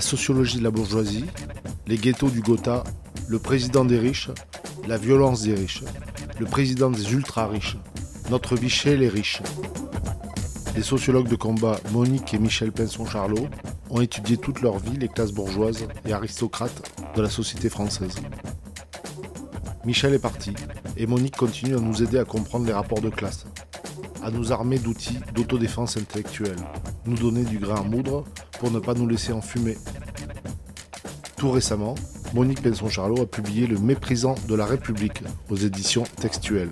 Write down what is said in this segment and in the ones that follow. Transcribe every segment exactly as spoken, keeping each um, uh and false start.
sociologie de la bourgeoisie, les ghettos du Gotha, le président des riches, la violence des riches, le président des ultra-riches, notre vie chez les riches. Les sociologues de combat Monique et Michel Pinson-Charlot ont étudié toute leur vie les classes bourgeoises et aristocrates de la société française. Michel est parti et Monique continue à nous aider à comprendre les rapports de classe, à nous armer d'outils d'autodéfense intellectuelle, nous donner du grain à moudre pour ne pas nous laisser enfumer. Tout récemment, Monique Pinson-Charlot a publié Le Méprisant de la République aux éditions Textuelles.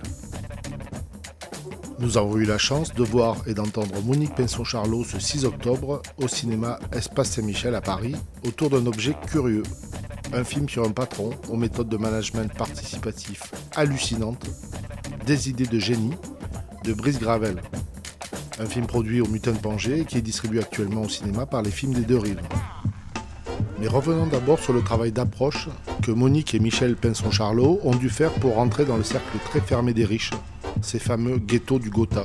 Nous avons eu la chance de voir et d'entendre Monique Pinson-Charlot ce six octobre au cinéma Espace Saint-Michel à Paris autour d'un objet curieux. Un film sur un patron aux méthodes de management participatif hallucinantes, des idées de génie de Brice Gravel. Un film produit au Mutin de Pangée qui est distribué actuellement au cinéma par les Films des Deux Rives. Mais revenons d'abord sur le travail d'approche que Monique et Michel Pinson-Charlot ont dû faire pour rentrer dans le cercle très fermé des riches, ces fameux ghettos du Gotha.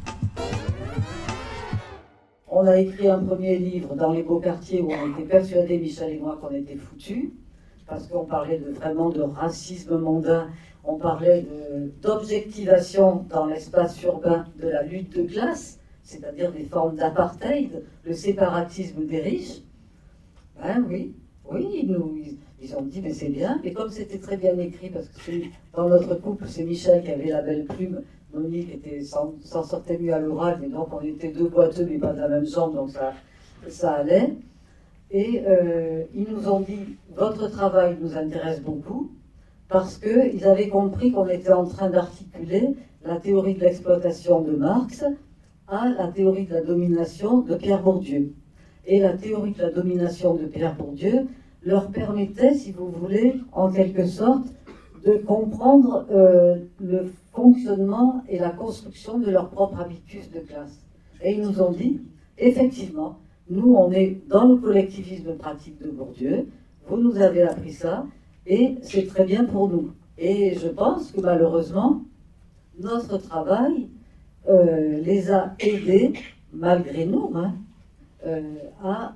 On a écrit un premier livre dans les beaux quartiers où on était persuadés, Michel et moi, qu'on était foutus, parce qu'on parlait de, vraiment de racisme mondain, on parlait de, d'objectivation dans l'espace urbain de la lutte de classe, c'est-à-dire des formes d'apartheid, le séparatisme des riches. Ben oui, oui, ils, nous, ils, ils ont dit, mais c'est bien, mais comme c'était très bien écrit, parce que c'est, dans notre couple, c'est Michel qui avait la belle plume, Monique était, s'en, s'en sortait mieux à l'oral, et donc on était deux boiteux, mais pas de la même chambre, donc ça, ça allait. Et euh, ils nous ont dit, votre travail nous intéresse beaucoup, parce qu'ils avaient compris qu'on était en train d'articuler la théorie de l'exploitation de Marx à la théorie de la domination de Pierre Bourdieu. Et la théorie de la domination de Pierre Bourdieu leur permettait, si vous voulez, en quelque sorte, de comprendre euh, le fonctionnement et la construction de leur propre habitus de classe. Et ils nous ont dit, effectivement, nous, on est dans le collectivisme pratique de Bourdieu, vous nous avez appris ça, et c'est très bien pour nous. Et je pense que malheureusement, notre travail euh, les a aidés, malgré nous, hein, Euh, à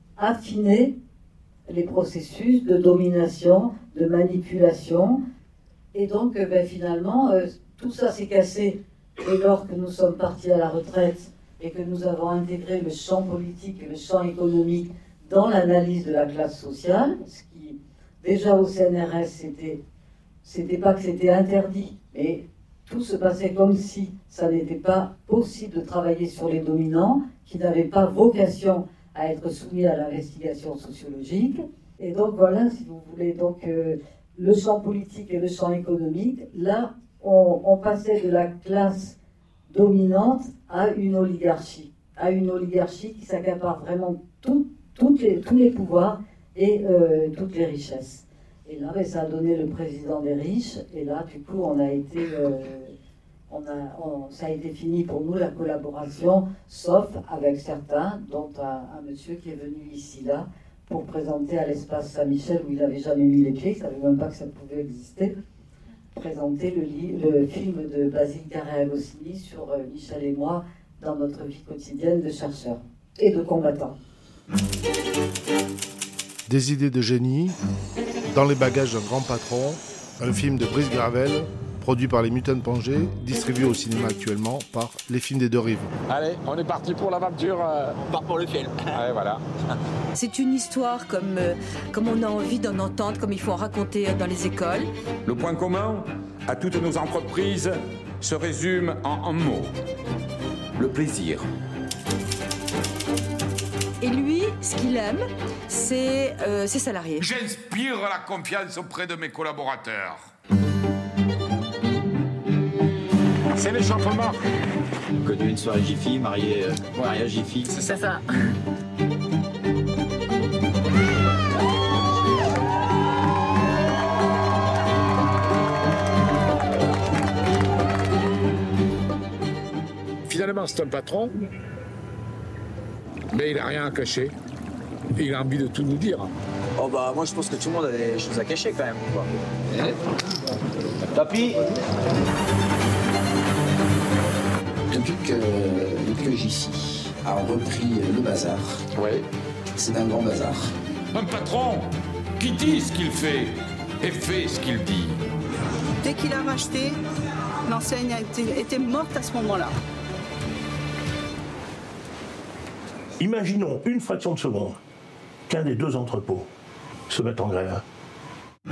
affiner les processus de domination, de manipulation. Et donc, euh, ben, finalement, euh, tout ça s'est cassé dès lors que nous sommes partis à la retraite et que nous avons intégré le champ politique et le champ économique dans l'analyse de la classe sociale, ce qui, déjà au C N R S, c'était, c'était pas que c'était interdit, mais tout se passait comme si ça n'était pas possible de travailler sur les dominants, qui n'avaient pas vocation à être soumis à l'investigation sociologique. Et donc voilà, si vous voulez, donc euh, le champ politique et le champ économique, là, on, on passait de la classe dominante à une oligarchie, à une oligarchie qui s'accapare vraiment tout, toutes les, tous les pouvoirs et euh, toutes les richesses. Et là, ben, ça a donné le président des riches, et là, du coup, on a été... Euh, On a, on, ça a été fini pour nous, la collaboration, sauf avec certains, dont un, un monsieur qui est venu ici, là, pour présenter à l'espace Saint-Michel, où il n'avait jamais mis les pieds, il ne savait même pas que ça pouvait exister, présenter le, li- le film de Basile Carré-Agostini sur euh, Michel et moi, dans notre vie quotidienne de chercheurs et de combattants. Des idées de génie, dans les bagages d'un grand patron, un film de Brice Gravel, produit par les Mutins de Pangée, distribué au cinéma actuellement par les Films des Deux Rives. Allez, on est parti pour l'aventure. Euh... On part pour le film. Allez, voilà. C'est une histoire comme, euh, comme on a envie d'en entendre, comme il faut en raconter dans les écoles. Le point commun à toutes nos entreprises se résume en un mot. Le plaisir. Et lui, ce qu'il aime, c'est euh, ses salariés. J'inspire la confiance auprès de mes collaborateurs. C'est l'échauffement. Connu une soirée Jiffy, marié, euh, mariage Jiffy. C'est ça, ça. Finalement, c'est un patron, mais il n'a rien à cacher. Il a envie de tout nous dire. Oh bah moi je pense que tout le monde a des choses à cacher quand même. Quoi. Eh Tapis. Depuis que, depuis que J C a repris le bazar, Oui. c'est un grand bazar. Un patron qui dit ce qu'il fait et fait ce qu'il dit. Dès qu'il a racheté, l'enseigne a été, était morte à ce moment-là. Imaginons une fraction de seconde qu'un des deux entrepôts se mette en grève. Euh,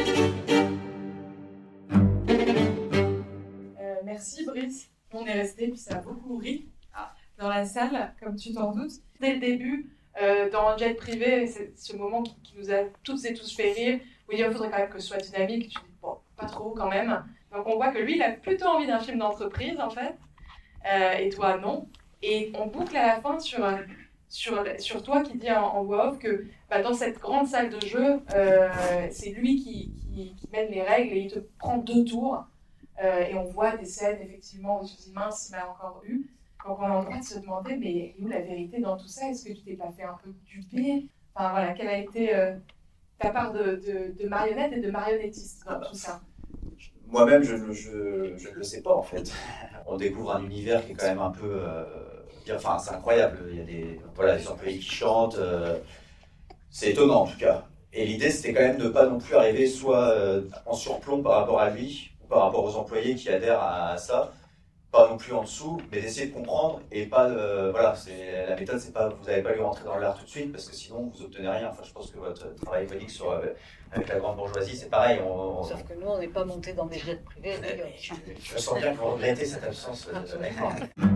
merci Brice. On est resté, puis ça a beaucoup ri dans la salle, comme tu t'en doutes. Dès le début, euh, dans le jet privé, c'est ce moment qui, qui nous a toutes et tous fait rire, où il dit, il faudrait quand même que ce soit dynamique. Tu dis, bon, pas trop quand même. Donc on voit que lui, il a plutôt envie d'un film d'entreprise, en fait. Euh, et toi, non. Et on boucle à la fin sur, sur, sur toi qui dit en, en voix off que bah, dans cette grande salle de jeu, euh, c'est lui qui, qui, qui mène les règles et il te prend deux tours. Euh, et on voit des scènes, effectivement, où tu te dis, mince, il m'a encore eu. Donc on a le droit de se demander, mais où la vérité dans tout ça? Est-ce que tu t'es pas fait un peu duper? Enfin voilà, quelle a été euh, ta part de, de, de marionnette et de marionnettiste dans ah bah, tout ça? Moi-même, je ne je, je le sais pas en fait. On découvre un univers qui est quand même un peu... Euh, enfin, c'est incroyable. Il y a des, voilà, des employés qui chantent. Euh, c'est étonnant en tout cas. Et l'idée, c'était quand même de ne pas non plus arriver soit euh, en surplomb par rapport à lui, ou par rapport aux employés qui adhèrent à, à ça. Pas non plus en dessous, mais d'essayer de comprendre et pas, euh, voilà, c'est, la méthode, c'est pas, vous n'allez pas lui rentrer dans l'art tout de suite parce que sinon vous obtenez rien. Enfin, je pense que votre travail économique sur, euh, avec la grande bourgeoisie, c'est pareil. On, on... Sauf que nous, on n'est pas monté dans des jets privés. Euh, je, je sens bien que vous regrettez cette absence euh, avec moi.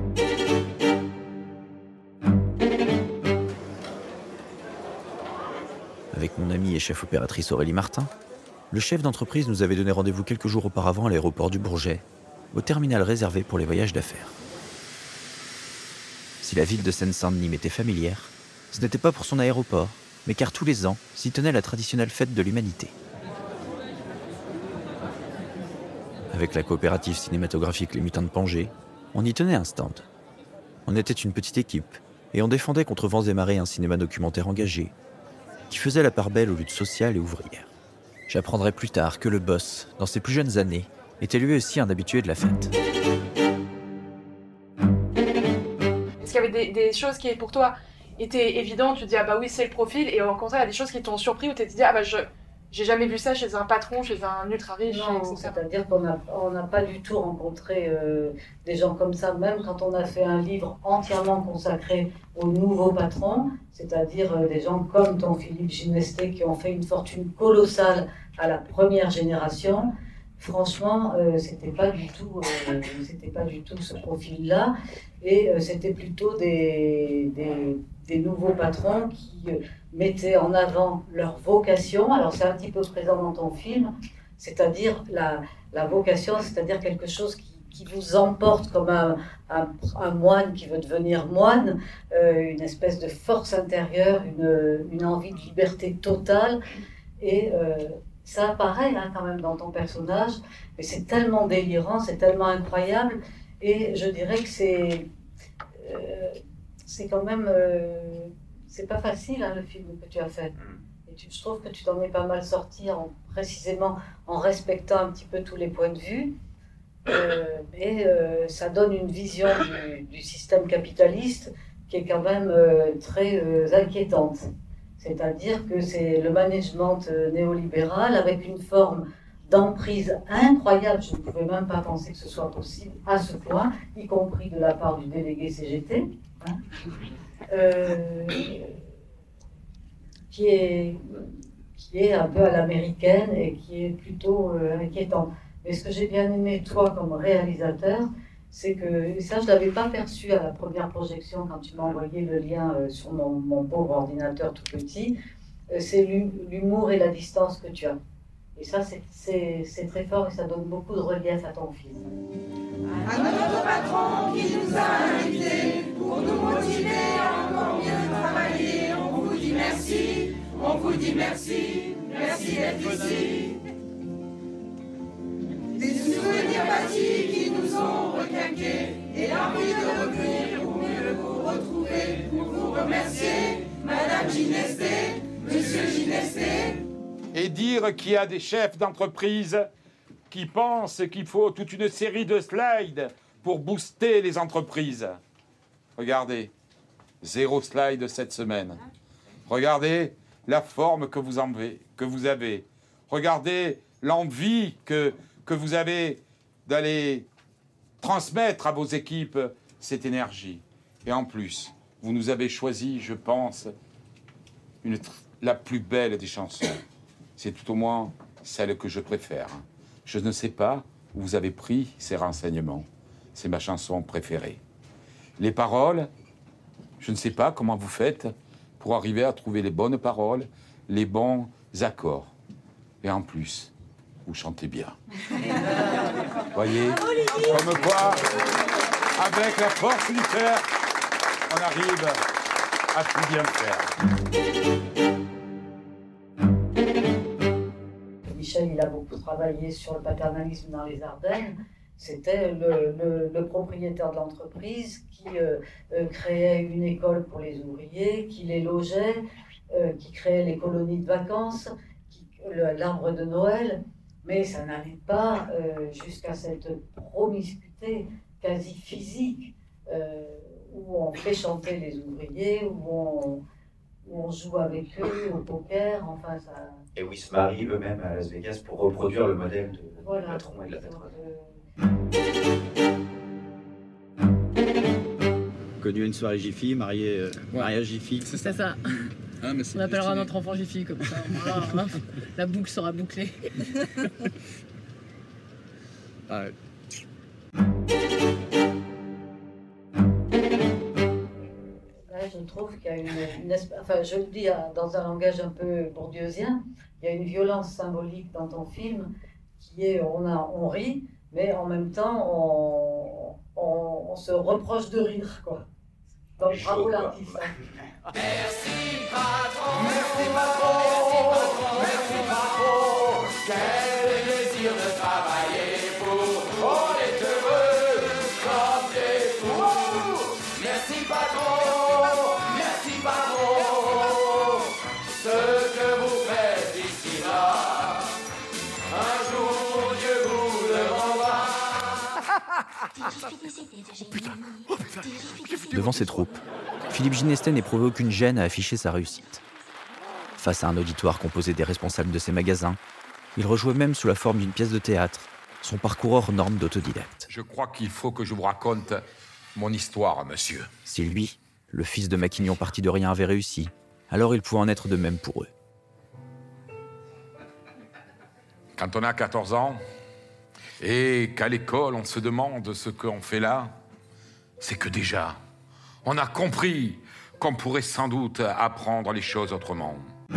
Avec mon amie et chef opératrice Aurélie Martin, le chef d'entreprise nous avait donné rendez-vous quelques jours auparavant à l'aéroport du Bourget, au terminal réservé pour les voyages d'affaires. Si la ville de Seine-Saint-Denis m'était familière, ce n'était pas pour son aéroport, mais car tous les ans s'y tenait la traditionnelle fête de l'humanité. Avec la coopérative cinématographique Les Mutins de Pangée, on y tenait un stand. On était une petite équipe, et on défendait contre vents et marées un cinéma documentaire engagé, qui faisait la part belle aux luttes sociales et ouvrières. J'apprendrai plus tard que le boss, dans ses plus jeunes années, était lui aussi un habitué de la fête. Est-ce qu'il y avait des, des choses qui, pour toi, étaient évidentes? Tu te dis, ah bah oui, c'est le profil, et au contraire, il y a des choses qui t'ont surpris, où tu te dis, ah bah je j'ai jamais vu ça chez un patron, chez un ultra riche, non, et cetera. C'est-à-dire qu'on n'a on n'a pas du tout rencontré euh, des gens comme ça, même quand on a fait un livre entièrement consacré aux nouveaux patrons, c'est-à-dire euh, des gens comme ton Philippe Ginesté qui ont fait une fortune colossale à la première génération. Franchement, euh, c'était pas du tout, euh, c'était pas du tout ce profil-là, et euh, c'était plutôt des, des, des nouveaux patrons qui euh, mettaient en avant leur vocation. Alors c'est un petit peu présent dans ton film, c'est-à-dire la, la vocation, c'est-à-dire quelque chose qui, qui vous emporte comme un, un, un moine qui veut devenir moine, euh, une espèce de force intérieure, une, une envie de liberté totale, et euh, ça apparaît hein, quand même dans ton personnage, mais c'est tellement délirant, c'est tellement incroyable, et je dirais que c'est, euh, c'est quand même, euh, c'est pas facile hein, le film que tu as fait. Et tu, je trouve que tu t'en es pas mal sorti, en, précisément en respectant un petit peu tous les points de vue, euh, mais euh, ça donne une vision du, du système capitaliste qui est quand même euh, très euh, inquiétante. C'est-à-dire que c'est le management néolibéral avec une forme d'emprise incroyable. Je ne pouvais même pas penser que ce soit possible à ce point, y compris de la part du délégué C G T, hein, euh, qui est, qui est un peu à l'américaine et qui est plutôt euh, inquiétant. Mais ce que j'ai bien aimé, toi, comme réalisateur, c'est que, ça je ne l'avais pas perçu à la première projection quand tu m'as envoyé le lien euh, sur mon, mon pauvre ordinateur tout petit, euh, c'est l'humour et la distance que tu as. Et ça, c'est très fort et ça donne beaucoup de relief à ton film. À notre patron qui nous a invités pour nous motiver à encore mieux travailler, on vous dit merci, on vous dit merci, merci d'être ici. Des souvenirs bâtis qui nous ont requinqués et l'envie de revenir pour mieux vous retrouver, pour vous remercier, Madame Ginesté, Monsieur Ginesté. Et dire qu'il y a des chefs d'entreprise qui pensent qu'il faut toute une série de slides pour booster les entreprises. Regardez, zéro slide cette semaine. Regardez, la forme que vous, en avez, que vous avez. Regardez l'envie que, que vous avez d'aller transmettre à vos équipes cette énergie. Et en plus, vous nous avez choisi, je pense, une, la plus belle des chansons. C'est tout au moins celle que je préfère. Je ne sais pas où vous avez pris ces renseignements. C'est ma chanson préférée. Les paroles, je ne sais pas comment vous faites pour arriver à trouver les bonnes paroles, les bons accords. Et en plus, vous chantez bien. Voyez, comme quoi, avec la force du cœur, on arrive à tout bien faire. Michel, il a beaucoup travaillé sur le paternalisme dans les Ardennes. C'était le, le, le propriétaire de l'entreprise qui euh, euh, créait une école pour les ouvriers, qui les logeait, euh, qui créait les colonies de vacances, qui, le, l'arbre de Noël. Mais ça n'allait pas euh, jusqu'à cette promiscuité quasi physique euh, où on fait chanter les ouvriers, où on, où on joue avec eux au poker, enfin ça... Et où ils se marient eux-mêmes à Las Vegas pour reproduire le modèle de voilà. patron et de la patronne. Connu une soirée Jiffy, marié, euh, ouais. mariage Jiffy. C'est ça. ça. Ah, mais on appellera notre enfant Jiffy comme ça. Voilà, la boucle sera bouclée. ah. Là, je trouve qu'il y a une, une enfin, je le dis dans un langage un peu bourdieusien, il y a une violence symbolique dans ton film qui est, on, a, on rit, mais en même temps, on, on, on se reproche de rire, quoi. Donc, bravo l'artiste. Merci patron, merci patron, merci patron, quel plaisir de travailler pour, on est heureux comme des fous. Merci patron, merci patron, ce que vous faites ici-là, un jour Dieu vous le rendra. Oh putain, oh putain. Devant ses troupes, Philippe Ginestès n'éprouvait aucune gêne à afficher sa réussite. Face à un auditoire composé des responsables de ses magasins, il rejouait même sous la forme d'une pièce de théâtre son parcours hors norme d'autodidacte. Je crois qu'il faut que je vous raconte mon histoire, monsieur. Si lui, le fils de Maquignon parti de rien, avait réussi, alors il pouvait en être de même pour eux. Quand on a quatorze ans, et qu'à l'école on se demande ce qu'on fait là, c'est que déjà, on a compris qu'on pourrait sans doute apprendre les choses autrement.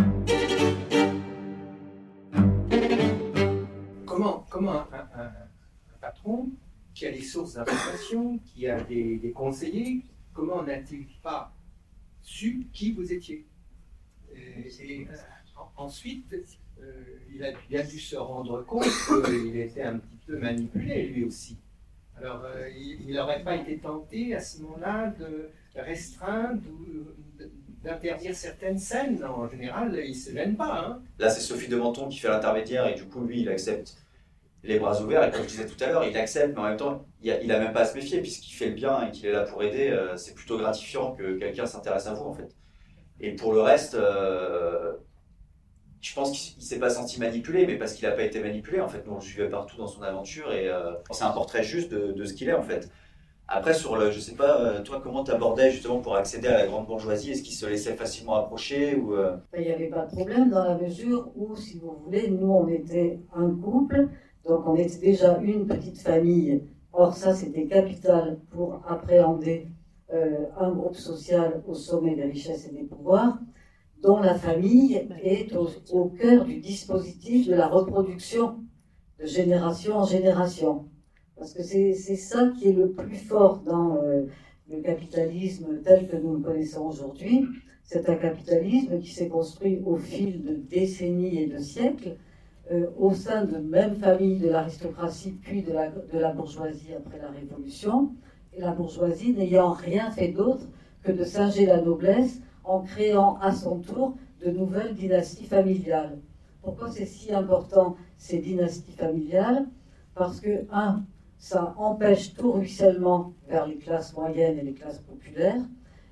Comment, comment un, un, un patron qui a des sources d'information, qui a des, des conseillers, comment n'a-t-il pas su qui vous étiez? Et, et euh, ensuite, euh, il, a, il a dû se rendre compte qu'il était un petit peu manipulé lui aussi. Alors, euh, il n'aurait pas été tenté à ce moment-là de restreindre ou d'interdire certaines scènes. En général, il ne se gêne pas. Hein. Là, c'est Sophie de Menton qui fait l'intermédiaire et du coup, lui, il accepte les bras ouverts. Et comme je disais tout à l'heure, il accepte, mais en même temps, il n'a même pas à se méfier puisqu'il fait le bien et qu'il est là pour aider. Euh, c'est plutôt gratifiant que quelqu'un s'intéresse à vous, en fait. Et pour le reste, euh, je pense qu'il ne s'est pas senti manipulé, mais parce qu'il n'a pas été manipulé. En fait, nous, on le suivait partout dans son aventure et euh, c'est un portrait juste de, de ce qu'il est, en fait. Après, sur le, je sais pas, toi, comment t'abordais justement pour accéder à la grande bourgeoisie? Est-ce qu'il se laissait facilement approcher ou euh... Il n'y avait pas de problème dans la mesure où, si vous voulez, nous, on était un couple, donc on était déjà une petite famille. Or, ça, c'était capital pour appréhender euh, un groupe social au sommet des richesses et des pouvoirs, dont la famille est au, au cœur du dispositif de la reproduction de génération en génération. Parce que c'est, c'est ça qui est le plus fort dans euh, le capitalisme tel que nous le connaissons aujourd'hui. C'est un capitalisme qui s'est construit au fil de décennies et de siècles, euh, au sein de même famille de l'aristocratie, puis de la, de la bourgeoisie après la Révolution, et la bourgeoisie n'ayant rien fait d'autre que de singer la noblesse en créant à son tour de nouvelles dynasties familiales. Pourquoi c'est si important, ces dynasties familiales? Parce que, un, ça empêche tout ruissellement vers les classes moyennes et les classes populaires,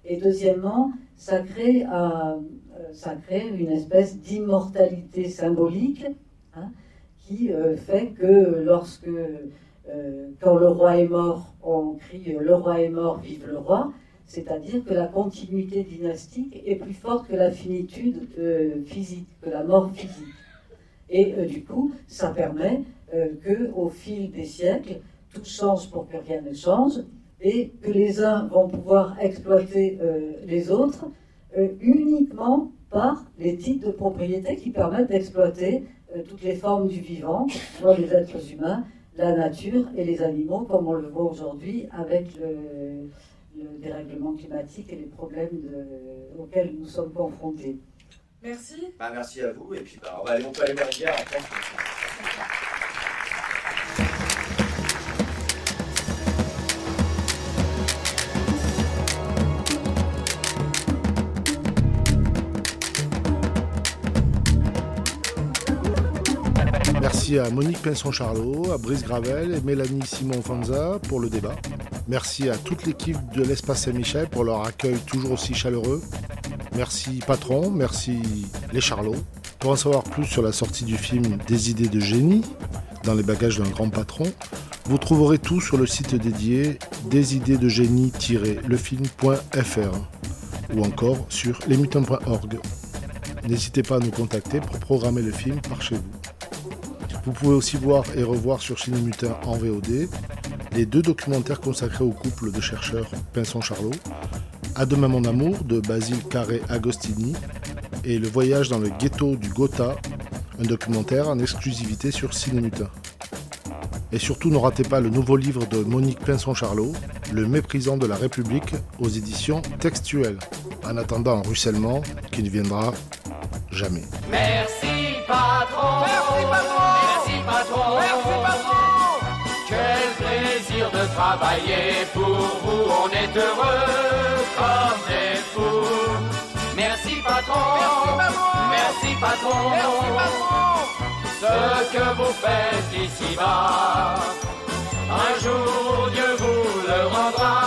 Et deuxièmement, ça crée, un, ça crée une espèce d'immortalité symbolique, hein, qui euh, fait que lorsque, euh, quand le roi est mort, on crie « le roi est mort, vive le roi », c'est-à-dire que la continuité dynastique est plus forte que la finitude euh, physique, que la mort physique. Et euh, du coup, ça permet euh, qu'au fil des siècles, tout change pour que rien ne change, et que les uns vont pouvoir exploiter euh, les autres euh, uniquement par les titres de propriété qui permettent d'exploiter euh, toutes les formes du vivant, soit les êtres humains, la nature et les animaux, comme on le voit aujourd'hui avec le, le dérèglement climatique et les problèmes de, auxquels nous sommes confrontés. Merci. Bah, merci à vous, et puis bah, on, va aller, on peut aller voir une bière après. Merci à Monique Pinson-Charlot, à Brice Gravel et Mélanie Simon-Fanza pour le débat. Merci à toute l'équipe de l'Espace Saint-Michel pour leur accueil toujours aussi chaleureux. Merci patron, merci les Charlots. Pour en savoir plus sur la sortie du film Des idées de génie, dans les bagages d'un grand patron, vous trouverez tout sur le site dédié des idées de génie tiret le film point f r ou encore sur lesmutants point org. N'hésitez pas à nous contacter pour programmer le film par chez vous. Vous pouvez aussi voir et revoir sur Cinémutin en V O D les deux documentaires consacrés au couple de chercheurs Pinson-Charlot, À demain mon amour de Basile Carré-Agostini et Le voyage dans le ghetto du Gotha, un documentaire en exclusivité sur Cinémutin. Et surtout ne ratez pas le nouveau livre de Monique Pinson-Charlot, Le méprisant de la République, aux éditions Textuelles, en attendant un ruissellement qui ne viendra jamais. Merci patron, merci patron, merci patron, merci patron. Quel plaisir de travailler pour vous, on est heureux comme des fous. Merci patron, merci patron, merci patron. Ce que vous faites ici-bas, un jour Dieu vous le rendra.